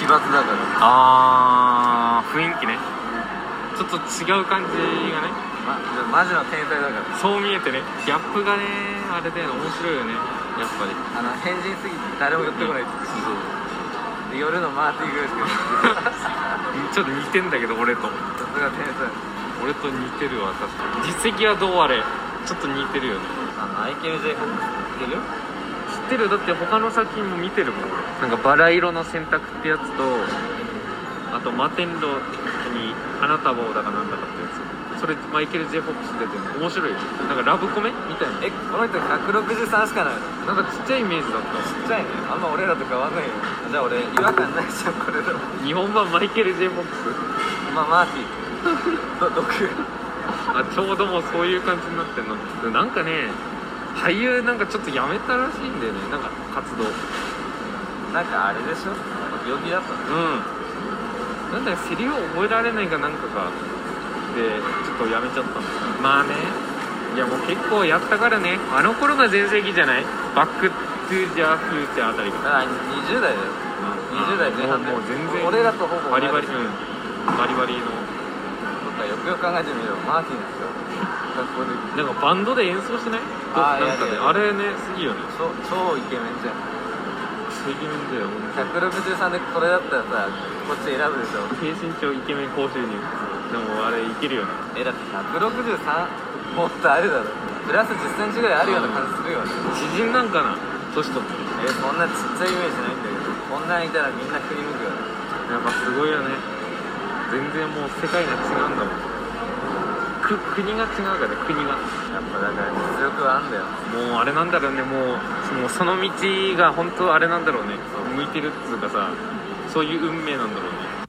奇抜だから。 雰囲気ね、ちょっと違う感じがね、 マジの天才だから。 そう見えてね、ギャップがね、あれだよね、面白いよね、やっぱり。 変人すぎて誰も寄ってこないって。で夜のマーティーぐらいしかちょっと似てんだけど、俺と。 さすが天才。 俺と似てるわ、確かに。実績はどうあれ、ちょっと似てるよね。 アイケル J フォックス知ってるよ。 知ってる。だって他の作品も見てるもん。なんかバラ色の選択ってやつと、あと摩天楼に花束をだかなんだかってやつ、それマイケル J フォックス出てるの面白いよ。なんかラブコメみたいな。 この人163しかないの。 なんかちっちゃいイメージだった。 ちっちゃいね。あんま俺らと変わんないよ。じゃあ俺違和感ないじゃんこれでも。 日本版マイケル J フォックス、 マーティ毒。 ちょうどもうそういう感じになってんの。なんかね、俳優なんかちょっとやめたらしいんだよね、なんか活動。 なんかあれでしょ、病気だったの。 なんだよ、セリフ覚えられないかなんかがでちょっとやめちゃったの。まあね、いやもう結構やったからね。あの頃が全盛期じゃない、バックトゥジャーフューチャーあたりが。 だから20代だよ、20代前半で。 もう全然俺らとほぼバリバリ、バリバリの。 よくよく考えてみろ、マーティンですよ、学校で。 なんかバンドで演奏してない？なんかね、あれね、すぎよね。 超イケメンじゃん。 イケメンだよ。 163でこれだったらさ、こっち選ぶでしょ。 低身長イケメン高収入。でもあれいけるよね。 だって163もっとあるだろ。プラス10センチぐらいあるような感じするよね。 知人なんかな、年とって。 そんなちっちゃいイメージないんだけど、こんなんいたらみんな振り向くよね。 やっぱすごいよね。全然もう世界が違うんだもん。国が違うから、国が。 やっぱだから実力はあんだよ。 もうあれなんだろうね、もうその道が本当あれなんだろうね。向いてるっつうかさ、そういう運命なんだろうね。